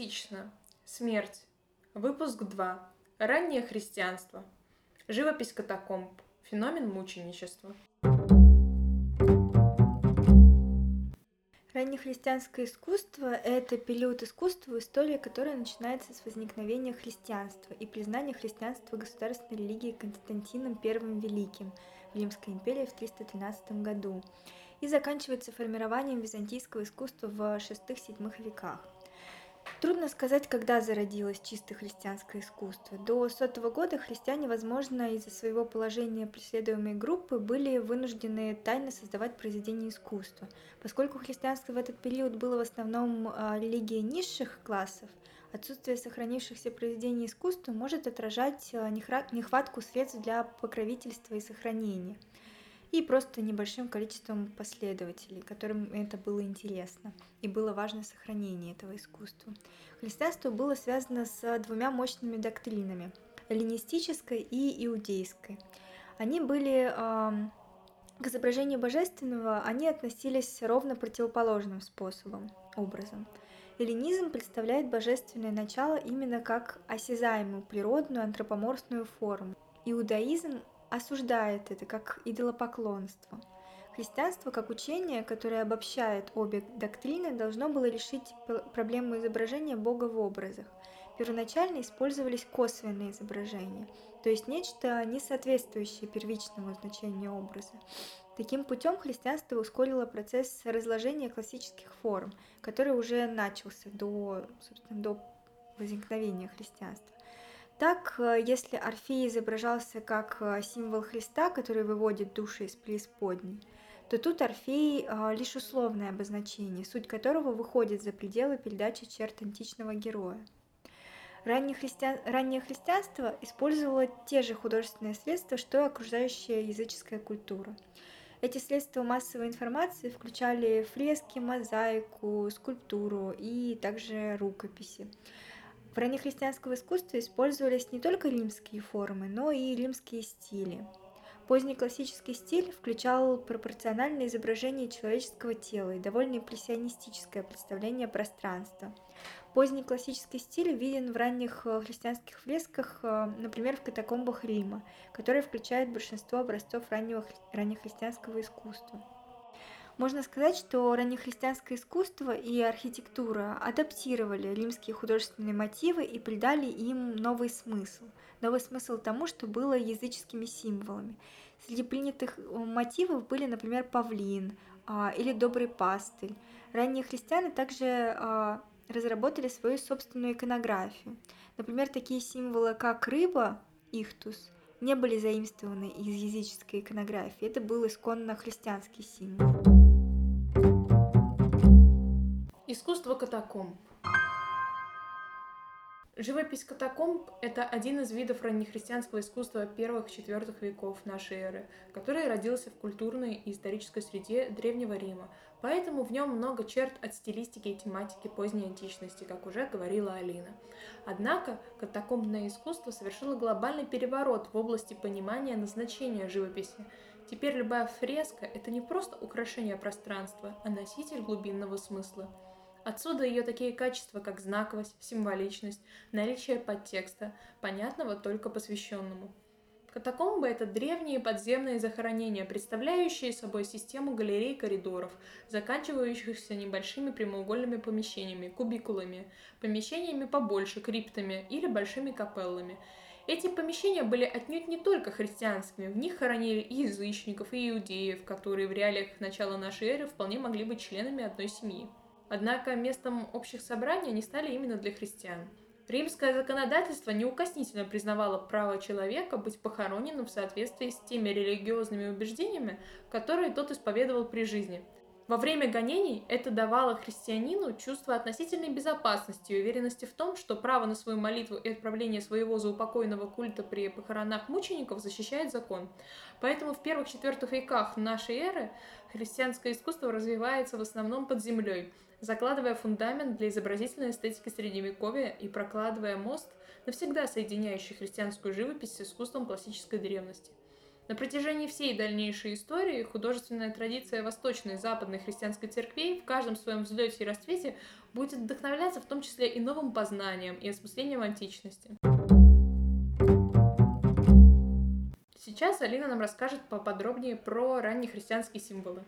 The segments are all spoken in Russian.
Антично. Смерть. Выпуск 2. Раннее христианство. Живопись катакомб. Феномен мученичества. Раннехристианское искусство – это период искусства в истории, который начинается с возникновения христианства и признания христианства государственной религией Константином I Великим в Римской империи в 313 году и заканчивается формированием византийского искусства в VI-VII веках. Трудно сказать, когда зародилось чисто христианское искусство. До 100 года христиане, возможно, из-за своего положения преследуемой группы были вынуждены тайно создавать произведения искусства. Поскольку христианство в этот период было в основном религией низших классов, отсутствие сохранившихся произведений искусства может отражать нехватку средств для покровительства и сохранения, и просто небольшим количеством последователей, которым это было интересно, и было важно сохранение этого искусства. Христианство было связано с двумя мощными доктринами – эллинистической и иудейской. Они были к изображению божественного, они относились ровно противоположным образом. Эллинизм представляет божественное начало именно как осязаемую, природную, антропоморфную форму. Иудаизм осуждает это как идолопоклонство. Христианство, как учение, которое обобщает обе доктрины, должно было решить проблему изображения Бога в образах. Первоначально использовались косвенные изображения, то есть нечто, не соответствующее первичному значению образа. Таким путем христианство ускорило процесс разложения классических форм, который уже начался до возникновения христианства. Так, если Орфей изображался как символ Христа, который выводит души из преисподней, то тут Орфей лишь условное обозначение, суть которого выходит за пределы передачи черт античного героя. Раннее христианство использовало те же художественные средства, что и окружающая языческая культура. Эти средства массовой информации включали фрески, мозаику, скульптуру и также рукописи. В раннехристианском искусстве использовались не только римские формы, но и римские стили. Поздний классический стиль включал пропорциональное изображение человеческого тела и довольно импрессионистическое представление пространства. Поздний классический стиль виден в ранних христианских фресках, например, в катакомбах Рима, которые включают большинство образцов раннехристианского искусства. Можно сказать, что раннехристианское искусство и архитектура адаптировали римские художественные мотивы и придали им новый смысл. Новый смысл тому, что было языческими символами. Среди принятых мотивов были, например, павлин или добрый пастырь. Ранние христиане также разработали свою собственную иконографию. Например, такие символы, как рыба, ихтус, не были заимствованы из языческой иконографии. Это был исконно христианский символ. Искусство катакомб. Живопись катакомб – это один из видов раннехристианского искусства первых-IV веков нашей эры, который родился в культурной и исторической среде Древнего Рима, поэтому в нем много черт от стилистики и тематики поздней античности, как уже говорила Алина. Однако катакомбное искусство совершило глобальный переворот в области понимания назначения живописи. Теперь любая фреска – это не просто украшение пространства, а носитель глубинного смысла. Отсюда ее такие качества, как знаковость, символичность, наличие подтекста, понятного только посвященному. Катакомбы – это древние подземные захоронения, представляющие собой систему галерей и коридоров, заканчивающихся небольшими прямоугольными помещениями, кубикулами, помещениями побольше, криптами или большими капеллами. Эти помещения были отнюдь не только христианскими, в них хоронили и язычников, и иудеев, которые в реалиях начала нашей эры вполне могли быть членами одной семьи. Однако местом общих собраний они стали именно для христиан. Римское законодательство неукоснительно признавало право человека быть похороненным в соответствии с теми религиозными убеждениями, которые тот исповедовал при жизни. Во время гонений это давало христианину чувство относительной безопасности и уверенности в том, что право на свою молитву и отправление своего заупокойного культа при похоронах мучеников защищает закон. Поэтому в первых-IV веках нашей эры христианское искусство развивается в основном под землей, закладывая фундамент для изобразительной эстетики Средневековья и прокладывая мост, навсегда соединяющий христианскую живопись с искусством классической древности. На протяжении всей дальнейшей истории художественная традиция восточной и западной христианской церквей в каждом своем взлете и расцвете будет вдохновляться в том числе и новым познанием и осмыслением античности. Сейчас Алина нам расскажет поподробнее про раннехристианские символы.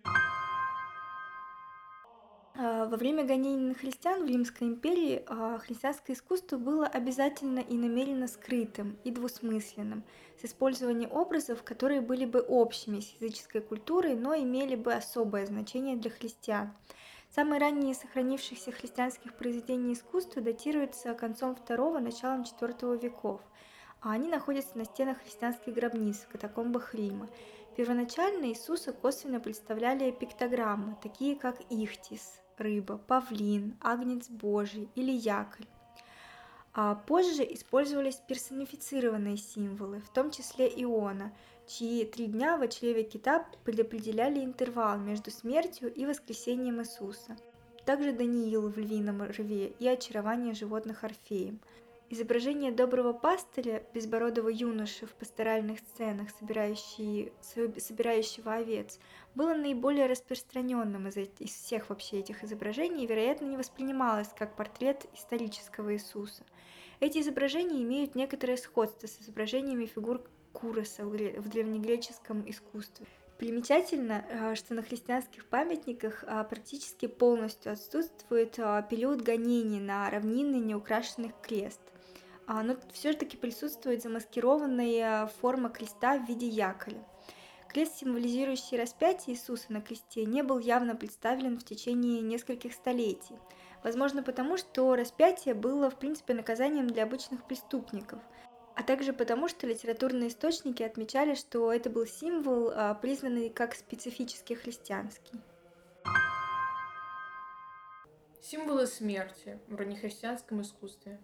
Во время гонений на христиан в Римской империи христианское искусство было обязательно и намеренно скрытым и двусмысленным, с использованием образов, которые были бы общими с языческой культурой, но имели бы особое значение для христиан. Самые ранние сохранившихся христианских произведений искусства датируются концом II – началом IV веков, а они находятся на стенах христианских гробниц в катакомбах Рима. Первоначально Иисуса косвенно представляли пиктограммы, такие как ихтис, рыба, павлин, агнец Божий или якорь. А позже использовались персонифицированные символы, в том числе Иона, чьи 3 дня в чреве кита предопределяли интервал между смертью и воскресением Иисуса. Также Даниил в львином рве и очарование животных Орфеем. Изображение доброго пастыря, безбородого юноши в пасторальных сценах, собирающего овец, было наиболее распространенным из всех вообще этих изображений и, вероятно, не воспринималось как портрет исторического Иисуса. Эти изображения имеют некоторое сходство с изображениями фигур Куроса в древнегреческом искусстве. Примечательно, что на христианских памятниках практически полностью отсутствует период гонений на равнинный неукрашенный крест. Но все-таки присутствует замаскированная форма креста в виде якоря. Крест, символизирующий распятие Иисуса на кресте, не был явно представлен в течение нескольких столетий. Возможно, потому что распятие было, в принципе, наказанием для обычных преступников, а также потому, что литературные источники отмечали, что это был символ, признанный как специфически христианский. Символы смерти в раннехристианском искусстве.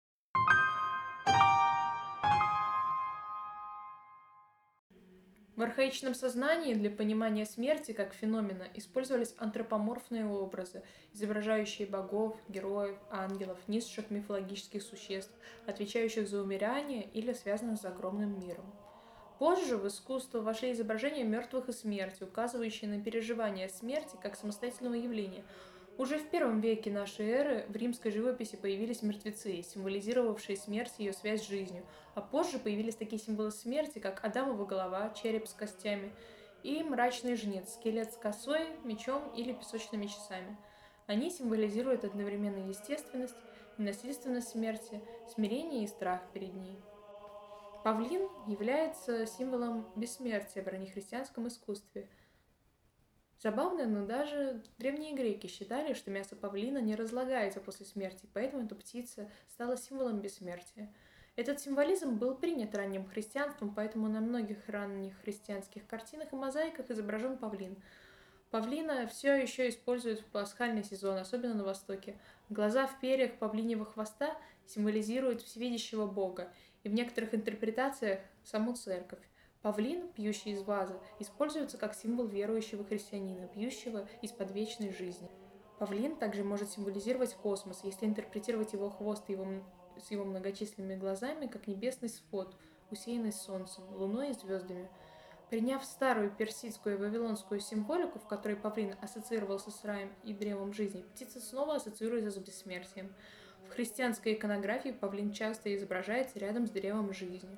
В архаичном сознании для понимания смерти как феномена использовались антропоморфные образы, изображающие богов, героев, ангелов, низших мифологических существ, отвечающих за умирание или связанных с огромным миром. Позже в искусство вошли изображения мертвых и смерти, указывающие на переживание смерти как самостоятельного явления. Уже в I веке нашей эры в римской живописи появились мертвецы, символизировавшие смерть и ее связь с жизнью, а позже появились такие символы смерти, как Адамова голова, череп с костями и мрачный жнец, скелет с косой, мечом или песочными часами. Они символизируют одновременно естественность и насильственность смерти, смирение и страх перед ней. Павлин является символом бессмертия в раннехристианском искусстве. Забавно, но даже древние греки считали, что мясо павлина не разлагается после смерти, поэтому эта птица стала символом бессмертия. Этот символизм был принят ранним христианством, поэтому на многих ранних христианских картинах и мозаиках изображен павлин. Павлина все еще используют в пасхальный сезон, особенно на Востоке. Глаза в перьях павлиньего хвоста символизируют всевидящего Бога, и в некоторых интерпретациях саму церковь. Павлин, пьющий из вазы, используется как символ верующего христианина, пьющего из-под вечной жизни. Павлин также может символизировать космос, если интерпретировать его хвост с его многочисленными глазами, как небесный свод, усеянный солнцем, луной и звездами. Приняв старую персидскую и вавилонскую символику, в которой павлин ассоциировался с раем и древом жизни, птица снова ассоциируется с бессмертием. В христианской иконографии павлин часто изображается рядом с древом жизни.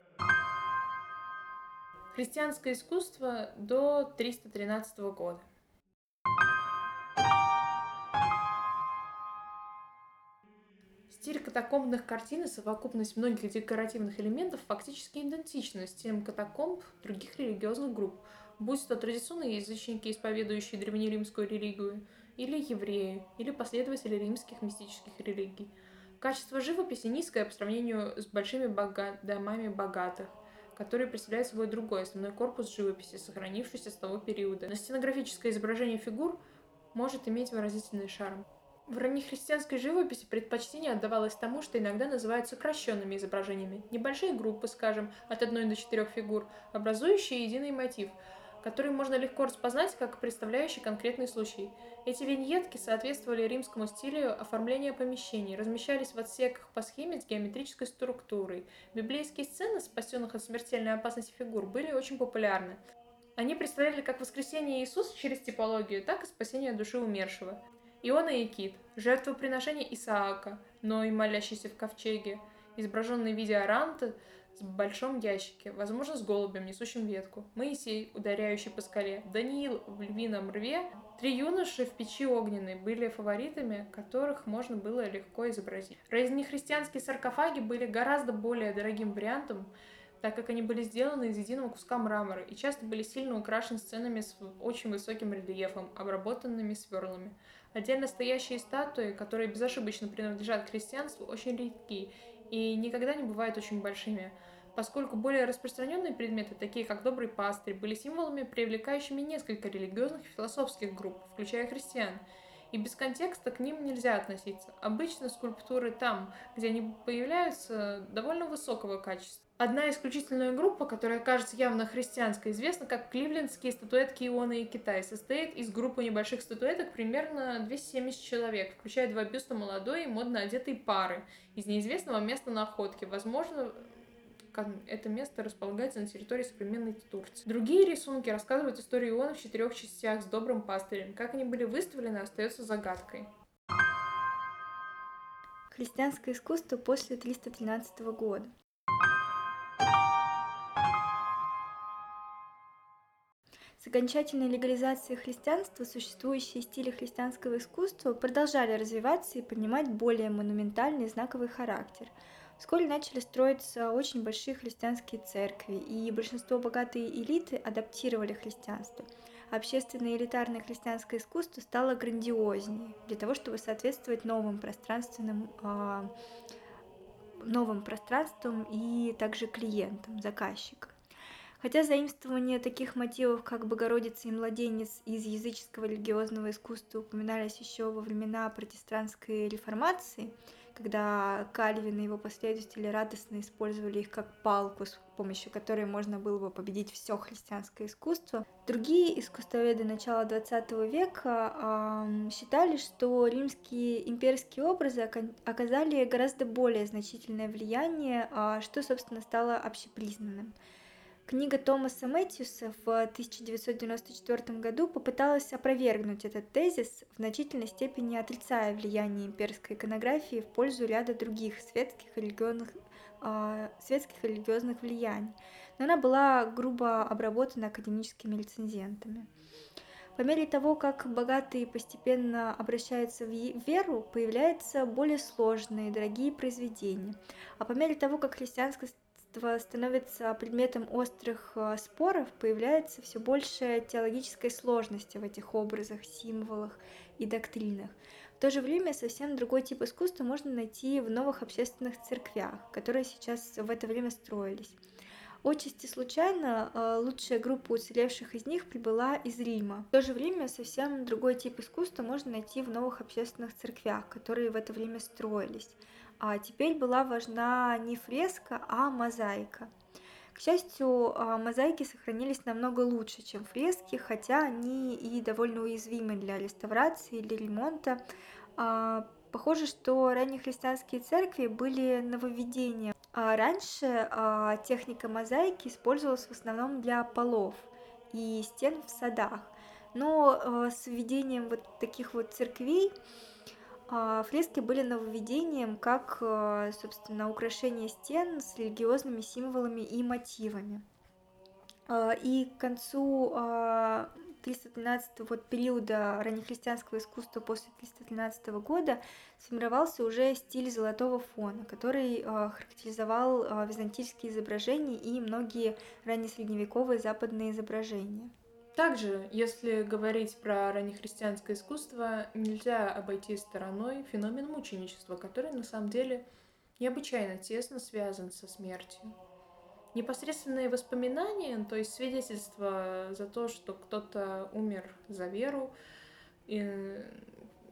Христианское искусство до 313 года. Стиль катакомбных картин и совокупность многих декоративных элементов фактически идентичны стилям катакомб других религиозных групп, будь то традиционные язычники, исповедующие древнеримскую религию, или евреи, или последователи римских мистических религий. Качество живописи низкое по сравнению с большими домами богатых, которые представляют собой другой основной корпус живописи, сохранившийся с того периода. Но сценографическое изображение фигур может иметь выразительный шарм. В раннехристианской живописи предпочтение отдавалось тому, что иногда называют сокращенными изображениями. Небольшие группы, скажем, от 1 до 4 фигур, образующие единый мотив. который можно легко распознать как представляющий конкретный случай. Эти виньетки соответствовали римскому стилю оформления помещений, размещались в отсеках по схеме с геометрической структурой. Библейские сцены, спасенных от смертельной опасности фигур, были очень популярны. Они представляли как воскресение Иисуса через типологию, так и спасение души умершего. Иона и Кит, жертвоприношение Исаака, Ной, молящийся в ковчеге, изображенный в виде оранта с большом ящике, возможно, с голубем, несущим ветку, Моисей, ударяющий по скале, Даниил в львином рве. Три юноши в печи огненной были фаворитами, которых можно было легко изобразить. Раннехристианские саркофаги были гораздо более дорогим вариантом, так как они были сделаны из единого куска мрамора и часто были сильно украшены сценами с очень высоким рельефом, обработанными сверлами. Отдельно стоящие статуи, которые безошибочно принадлежат к христианству, очень редки и никогда не бывают очень большими, поскольку более распространенные предметы, такие как добрый пастырь, были символами, привлекающими несколько религиозных и философских групп, включая христиан, и без контекста к ним нельзя относиться. Обычно скульптуры там, где они появляются, довольно высокого качества. Одна исключительная группа, которая кажется явно христианской, известна как кливлендские статуэтки Ионы и Китай, состоит из группы небольших статуэток примерно 270 человек, включая два бюста молодой и модно одетой пары из неизвестного места находки. Возможно, это место располагается на территории современной Турции. Другие рисунки рассказывают историю Ионы в 4 частях с добрым пастырем. Как они были выставлены, остается загадкой. Христианское искусство после 313 года. С окончательной легализацией христианства существующие стили христианского искусства продолжали развиваться и принимать более монументальный знаковый характер. Вскоре начали строиться очень большие христианские церкви, и большинство богатой элиты адаптировали христианство. Общественное элитарное христианское искусство стало грандиознее, для того, чтобы соответствовать новым пространствам и также клиентам, заказчикам. Хотя заимствование таких мотивов, как Богородица и младенец из языческого религиозного искусства упоминались еще во времена протестантской реформации, когда Кальвин и его последователи радостно использовали их как палку, с помощью которой можно было бы победить все христианское искусство. Другие искусствоведы начала XX века считали, что римские имперские образы оказали гораздо более значительное влияние, что, собственно, стало общепризнанным. Книга Томаса Мэтьюса в 1994 году попыталась опровергнуть этот тезис, в значительной степени отрицая влияние имперской иконографии в пользу ряда других светских и религиозных влияний, но она была грубо обработана академическими рецензентами. По мере того, как богатые постепенно обращаются в веру, появляются более сложные, дорогие произведения. А по мере того, как христианское становится предметом острых споров, появляется все больше теологической сложности в этих образах, символах и доктринах. В то же время совсем другой тип искусства можно найти в новых общественных церквях, которые сейчас в это время строились. Отчасти случайно лучшая группа уцелевших из них прибыла из Рима. В то же время совсем другой тип искусства можно найти в новых общественных церквях, которые в это время строились. А теперь была важна не фреска, а мозаика. К счастью, мозаики сохранились намного лучше, чем фрески, хотя они и довольно уязвимы для реставрации или ремонта. Похоже, что раннехристианские церкви были нововведением. Раньше техника мозаики использовалась в основном для полов и стен в садах. Но с введением вот таких вот церквей фрески были нововведением как, собственно, украшение стен с религиозными символами и мотивами. И к концу 313 периода раннехристианского искусства после 313 года сформировался уже стиль золотого фона, который характеризовал византийские изображения и многие раннесредневековые западные изображения. Также, если говорить про раннехристианское искусство, нельзя обойти стороной феномен мученичества, который на самом деле необычайно тесно связан со смертью. Непосредственные воспоминания, то есть свидетельства за то, что кто-то умер за веру,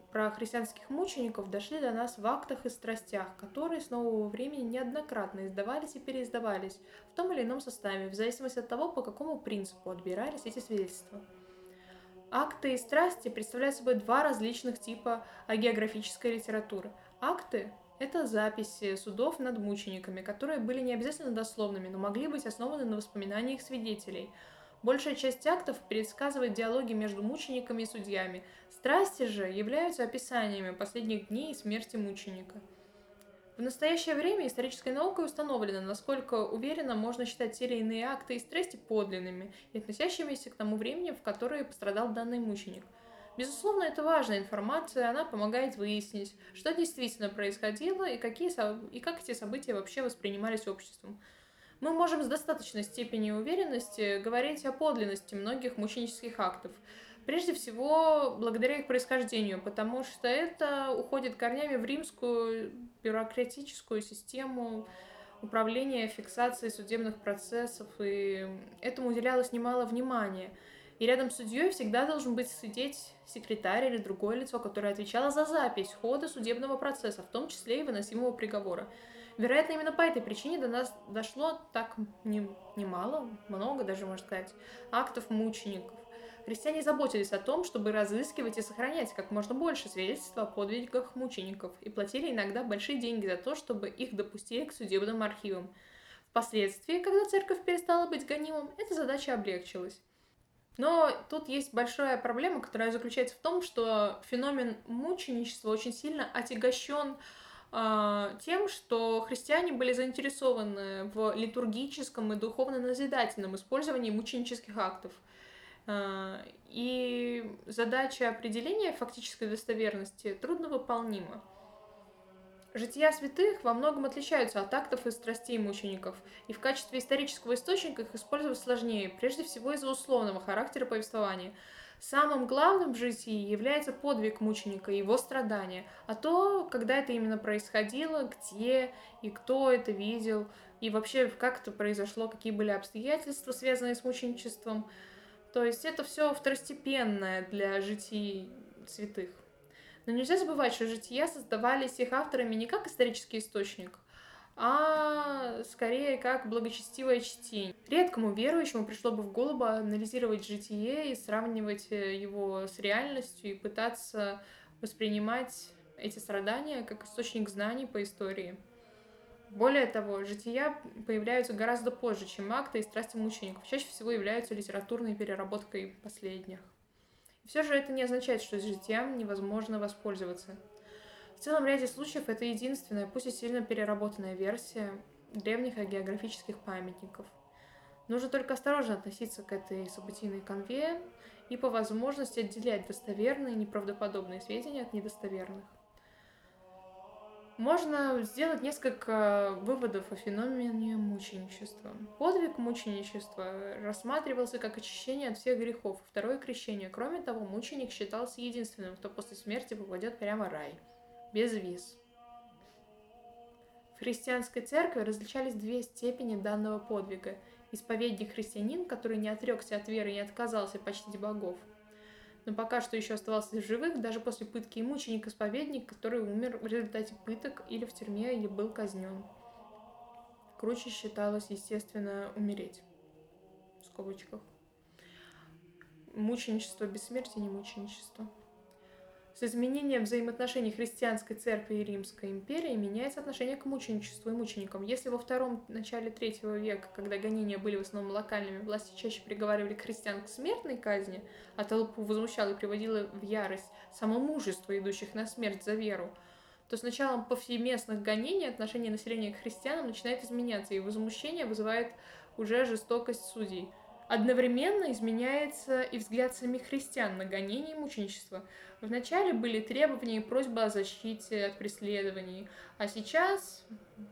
про христианских мучеников дошли до нас в «Актах и страстях», которые с нового времени неоднократно издавались и переиздавались в том или ином составе, в зависимости от того, по какому принципу отбирались эти свидетельства. Акты и страсти представляют собой два различных типа агеографической литературы. Акты – это записи судов над мучениками, которые были не обязательно дословными, но могли быть основаны на воспоминаниях свидетелей. Большая часть актов пересказывает диалоги между мучениками и судьями. Страсти же являются описаниями последних дней и смерти мученика. В настоящее время исторической наукой установлено, насколько уверенно можно считать те или иные акты и страсти подлинными и относящимися к тому времени, в которое пострадал данный мученик. Безусловно, это важная информация, она помогает выяснить, что действительно происходило и как эти события вообще воспринимались обществом. Мы можем с достаточной степенью уверенности говорить о подлинности многих мученических актов, прежде всего благодаря их происхождению, потому что это уходит корнями в римскую бюрократическую систему управления фиксацией судебных процессов, и этому уделялось немало внимания. И рядом с судьей всегда должен быть сидеть секретарь или другое лицо, которое отвечало за запись хода судебного процесса, в том числе и выносимого приговора. Вероятно, именно по этой причине до нас дошло так немало, много даже, можно сказать, актов мучеников. Христиане заботились о том, чтобы разыскивать и сохранять как можно больше свидетельств о подвигах мучеников и платили иногда большие деньги за то, чтобы их допустили к судебным архивам. Впоследствии, когда церковь перестала быть гонимым, эта задача облегчилась. Но тут есть большая проблема, которая заключается в том, что феномен мученичества очень сильно отягощен тем, что христиане были заинтересованы в литургическом и духовно-назидательном использовании мученических актов. И задача определения фактической достоверности трудновыполнима. Жития святых во многом отличаются от актов и страстей мучеников, и в качестве исторического источника их использовать сложнее, прежде всего из-за условного характера повествования. Самым главным в житии является подвиг мученика и его страдания, а то, когда это именно происходило, где и кто это видел, и вообще как это произошло, какие были обстоятельства, связанные с мученичеством. То есть это все второстепенное для житий святых. Но нельзя забывать, что жития создавались их авторами не как исторический источник, а скорее как благочестивое чтение. Редкому верующему пришло бы в голову анализировать житие и сравнивать его с реальностью и пытаться воспринимать эти страдания как источник знаний по истории. Более того, жития появляются гораздо позже, чем акты и страсти мучеников. Чаще всего являются литературной переработкой последних. И все же это не означает, что житиям невозможно воспользоваться. В целом ряде случаев это единственная, пусть и сильно переработанная версия древних географических памятников. Нужно только осторожно относиться к этой событийной канве и по возможности отделять достоверные и неправдоподобные сведения от недостоверных. Можно сделать несколько выводов о феномене мученичества. Подвиг мученичества рассматривался как очищение от всех грехов, второе крещение. Кроме того, мученик считался единственным, кто после смерти попадет прямо в рай, без виз. В христианской церкви различались две степени данного подвига. Исповедник христианин, который не отрекся от веры и не отказался почтить богов, но пока что еще оставался в живых, даже после пытки, и мученик-исповедник, который умер в результате пыток или в тюрьме, или был казнен. Круче считалось, естественно, умереть. В скобочках. Мученичество без смерти не мученичество. С изменением взаимоотношений христианской церкви и Римской империи меняется отношение к мученичеству и мученикам. Если во начале III века, когда гонения были в основном локальными, власти чаще приговаривали христиан к смертной казни, а толпу возмущало и приводило в ярость само мужество идущих на смерть за веру, то с началом повсеместных гонений отношение населения к христианам начинает изменяться, и возмущение вызывает уже жестокость судей. Одновременно изменяется и взгляд самих христиан на гонение и мученичество. Вначале были требования и просьбы о защите от преследований, а сейчас,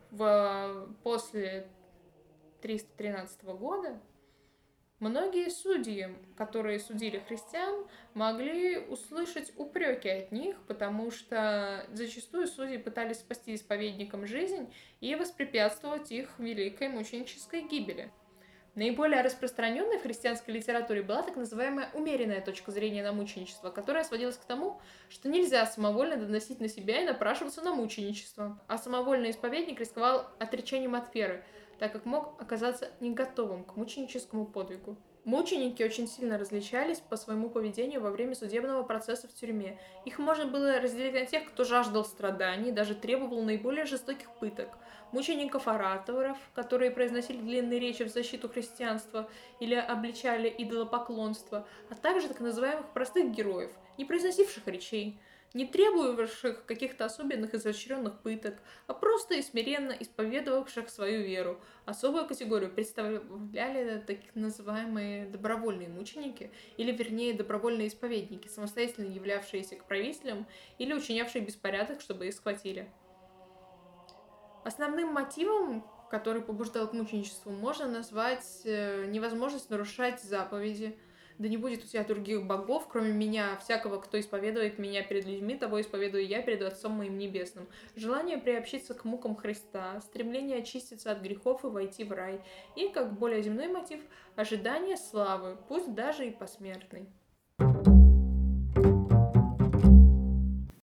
после 313 года, многие судьи, которые судили христиан, могли услышать упреки от них, потому что зачастую судьи пытались спасти исповедникам жизнь и воспрепятствовать их великой мученической гибели. Наиболее распространенной в христианской литературе была так называемая умеренная точка зрения на мученичество, которая сводилась к тому, что нельзя самовольно доносить на себя и напрашиваться на мученичество, а самовольный исповедник рисковал отречением от веры, так как мог оказаться не готовым к мученическому подвигу. Мученики очень сильно различались по своему поведению во время судебного процесса в тюрьме. Их можно было разделить на тех, кто жаждал страданий, даже требовал наиболее жестоких пыток, мучеников-ораторов, которые произносили длинные речи в защиту христианства или обличали идолопоклонство, а также так называемых простых героев, не произносивших речей, не требовавших каких-то особенных изощренных пыток, а просто и смиренно исповедовавших свою веру. Особую категорию представляли так называемые добровольные мученики, или вернее добровольные исповедники, самостоятельно являвшиеся к правителям или учинявшие беспорядок, чтобы их схватили. Основным мотивом, который побуждал к мученичеству, можно назвать невозможность нарушать заповеди. Да не будет у тебя других богов, кроме меня, всякого, кто исповедует меня перед людьми, того исповедую я перед Отцом моим Небесным. Желание приобщиться к мукам Христа, стремление очиститься от грехов и войти в рай. И, как более земной мотив, ожидание славы, пусть даже и посмертной.